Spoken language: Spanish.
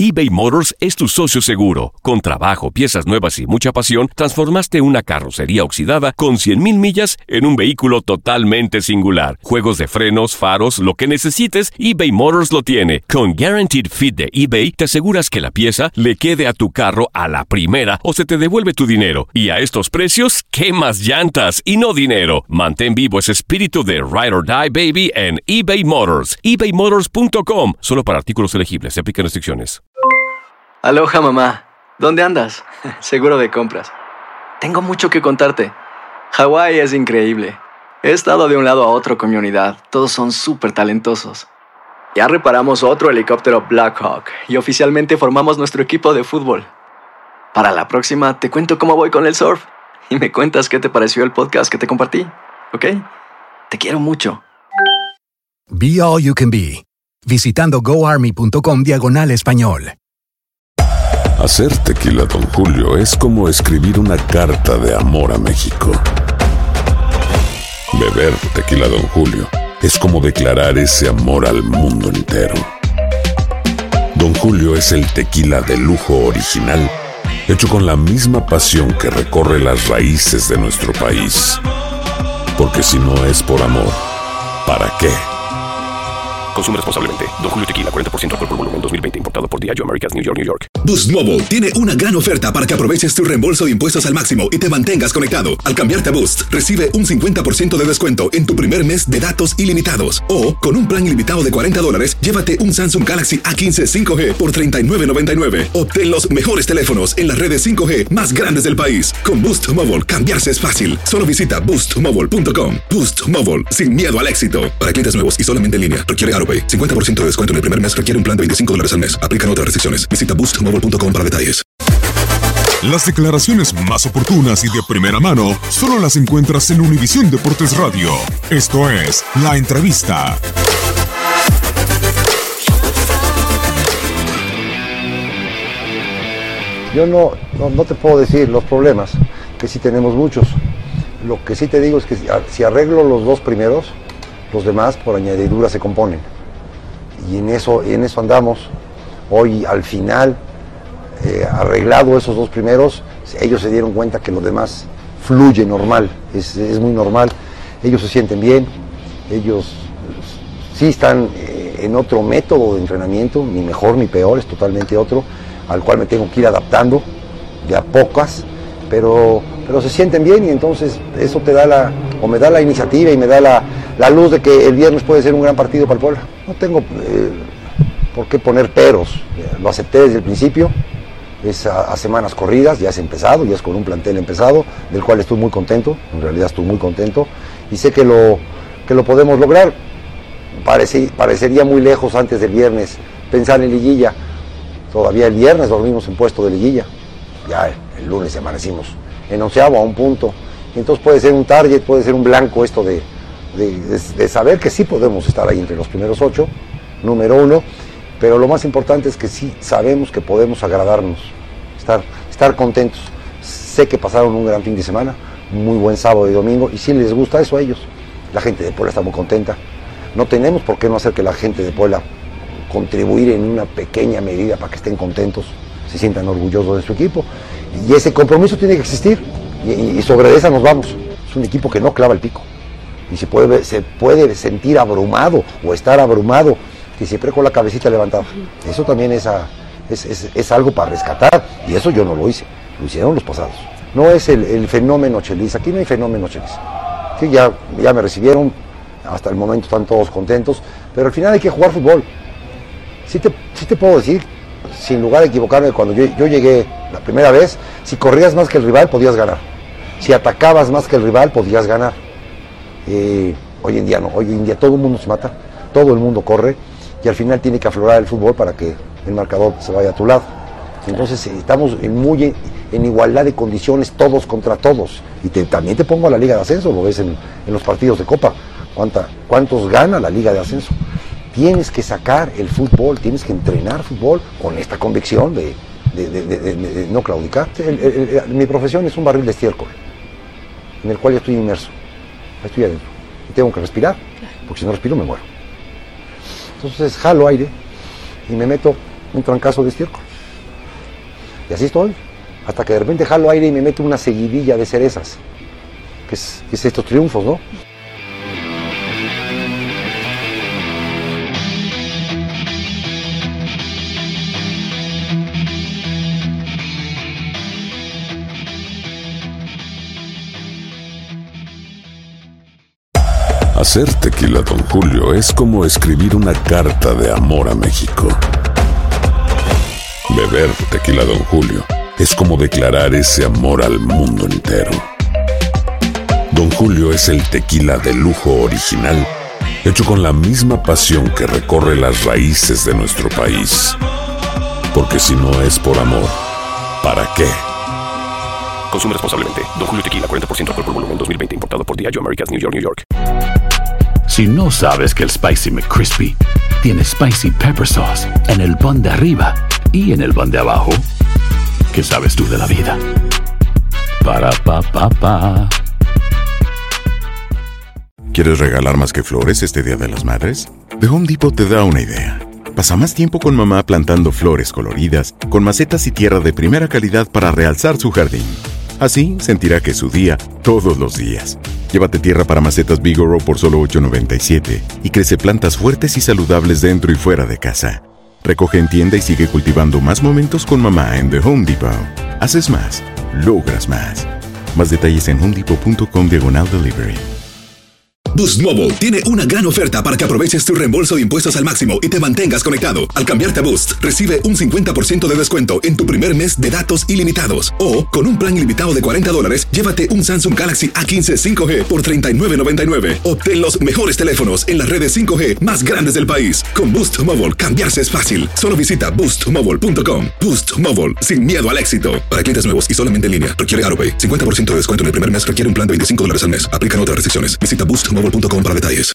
eBay Motors es tu socio seguro. Con trabajo, piezas nuevas y mucha pasión, transformaste una carrocería oxidada con 100,000 millas en un vehículo totalmente singular. Juegos de frenos, faros, lo que necesites, eBay Motors lo tiene. Con Guaranteed Fit de eBay, te aseguras que la pieza le quede a tu carro a la primera o se te devuelve tu dinero. Y a estos precios, ¿qué más llantas y no dinero? Mantén vivo ese espíritu de Ride or Die, baby, en eBay Motors. ebaymotors.com. Solo para artículos elegibles. Se aplican restricciones. Aloha, mamá. ¿Dónde andas? Seguro de compras. Tengo mucho que contarte. Hawái es increíble. He estado de un lado a otro con mi unidad. Todos son súper talentosos. Ya reparamos otro helicóptero Blackhawk y oficialmente formamos nuestro equipo de fútbol. Para la próxima te cuento cómo voy con el surf y me cuentas qué te pareció el podcast que te compartí, ¿ok? Te quiero mucho. Be All You Can Be, visitando goarmy.com/español. Hacer tequila Don Julio es como escribir una carta de amor a México. Beber tequila Don Julio es como declarar ese amor al mundo entero. Don Julio es el tequila de lujo original, hecho con la misma pasión que recorre las raíces de nuestro país. Porque si no es por amor, ¿para qué? Consume responsablemente. Don Julio Tequila, 40% alcohol por volumen, 2020. Importado por Diageo Americas, New York, New York. Boost Mobile tiene una gran oferta para que aproveches tu reembolso de impuestos al máximo y te mantengas conectado. Al cambiarte a Boost, recibe un 50% de descuento en tu primer mes de datos ilimitados. O, con un plan ilimitado de $40, llévate un Samsung Galaxy A15 5G por $39.99. Obtén los mejores teléfonos en las redes 5G más grandes del país. Con Boost Mobile, cambiarse es fácil. Solo visita boostmobile.com. Boost Mobile, sin miedo al éxito. Para clientes nuevos y solamente en línea, requiere AroPay. 50% de descuento en el primer mes, requiere un plan de $25 al mes. Aplican otras restricciones. Visita boostmobile.com para detalles. Las declaraciones más oportunas y de primera mano solo las encuentras en Univisión Deportes Radio. Esto es La Entrevista. Yo no te puedo decir los problemas, que sí tenemos muchos. Lo que sí te digo es que si arreglo los dos primeros, los demás por añadidura se componen. Y en eso andamos. Hoy al final, arreglado esos dos primeros, ellos se dieron cuenta que lo demás fluye normal, es muy normal. Ellos se sienten bien, ellos sí están en otro método de entrenamiento, ni mejor ni peor, es totalmente otro, al cual me tengo que ir adaptando de a pocas, pero se sienten bien y entonces eso te da me da la iniciativa y me da la luz de que el viernes puede ser un gran partido para el Puebla. No tengo por qué poner peros, lo acepté desde el principio, es a semanas corridas, ya es empezado, ya es con un plantel empezado, del cual estoy muy contento, en realidad estoy muy contento y sé que lo podemos lograr. Parecería muy lejos antes del viernes pensar en liguilla, todavía el viernes dormimos en puesto de liguilla, ya el lunes amanecimos en 11avo a un punto, y entonces puede ser un target, puede ser un blanco esto de saber que sí podemos estar ahí entre los primeros 8, número 1, pero lo más importante es que sí sabemos que podemos agradarnos, estar contentos. Sé que pasaron un gran fin de semana, muy buen sábado y domingo, y sí les gusta eso a ellos. La gente de Puebla está muy contenta. No tenemos por qué no hacer que la gente de Puebla contribuir en una pequeña medida para que estén contentos, se sientan orgullosos de su equipo. Y ese compromiso tiene que existir, y sobre esa nos vamos. Es un equipo que no clava el pico. Y se puede sentir abrumado o estar abrumado y siempre con la cabecita levantada. Eso también es algo para rescatar, y eso yo no lo hice, lo hicieron los pasados. No es el fenómeno Chelis, aquí no hay fenómeno Chelis. Sí, ya me recibieron, hasta el momento están todos contentos, pero al final hay que jugar fútbol. Sí te puedo decir, sin lugar a equivocarme, cuando yo llegué la primera vez, si corrías más que el rival podías ganar, si atacabas más que el rival podías ganar. Hoy en día no, hoy en día todo el mundo se mata, todo el mundo corre, y al final tiene que aflorar el fútbol para que el marcador se vaya a tu lado. Entonces estamos muy en igualdad de condiciones todos contra todos. Y también te pongo a la Liga de Ascenso, lo ves en los partidos de Copa, cuántos gana la Liga de Ascenso. Tienes que sacar el fútbol, tienes que entrenar fútbol con esta convicción de no claudicar. Mi profesión es un barril de estiércol, en el cual yo estoy inmerso, estoy adentro, y tengo que respirar, porque si no respiro me muero. Entonces jalo aire y me meto un trancazo de estiércol. Y así estoy, hasta que de repente jalo aire y me meto una seguidilla de cerezas, que es estos triunfos, ¿no? Hacer tequila Don Julio es como escribir una carta de amor a México. Beber tequila Don Julio es como declarar ese amor al mundo entero. Don Julio es el tequila de lujo original, hecho con la misma pasión que recorre las raíces de nuestro país. Porque si no es por amor, ¿para qué? Consume responsablemente. Don Julio Tequila, 40% alcohol por volumen, 2020. Importado por Diageo Americas, New York, New York. Si no sabes que el Spicy McCrispy tiene Spicy Pepper Sauce en el pan de arriba y en el pan de abajo, ¿qué sabes tú de la vida? Para, pa, pa, pa. ¿Quieres regalar más que flores este Día de las Madres? The Home Depot te da una idea. Pasa más tiempo con mamá plantando flores coloridas, con macetas y tierra de primera calidad para realzar su jardín. Así sentirá que es su día todos los días. Llévate tierra para macetas Vigoro por solo $8.97 y crece plantas fuertes y saludables dentro y fuera de casa. Recoge en tienda y sigue cultivando más momentos con mamá en The Home Depot. Haces más, logras más. Más detalles en homedepot.com/delivery. Boost Mobile tiene una gran oferta para que aproveches tu reembolso de impuestos al máximo y te mantengas conectado. Al cambiarte a Boost, recibe un 50% de descuento en tu primer mes de datos ilimitados. O, con un plan ilimitado de $40, llévate un Samsung Galaxy A15 5G por $39.99. Obtén los mejores teléfonos en las redes 5G más grandes del país. Con Boost Mobile, cambiarse es fácil. Solo visita boostmobile.com. Boost Mobile, sin miedo al éxito. Para clientes nuevos y solamente en línea, requiere AutoPay. 50% de descuento en el primer mes requiere un plan de $25 al mes. Aplican otras restricciones. Visita boostmobile.com para detalles.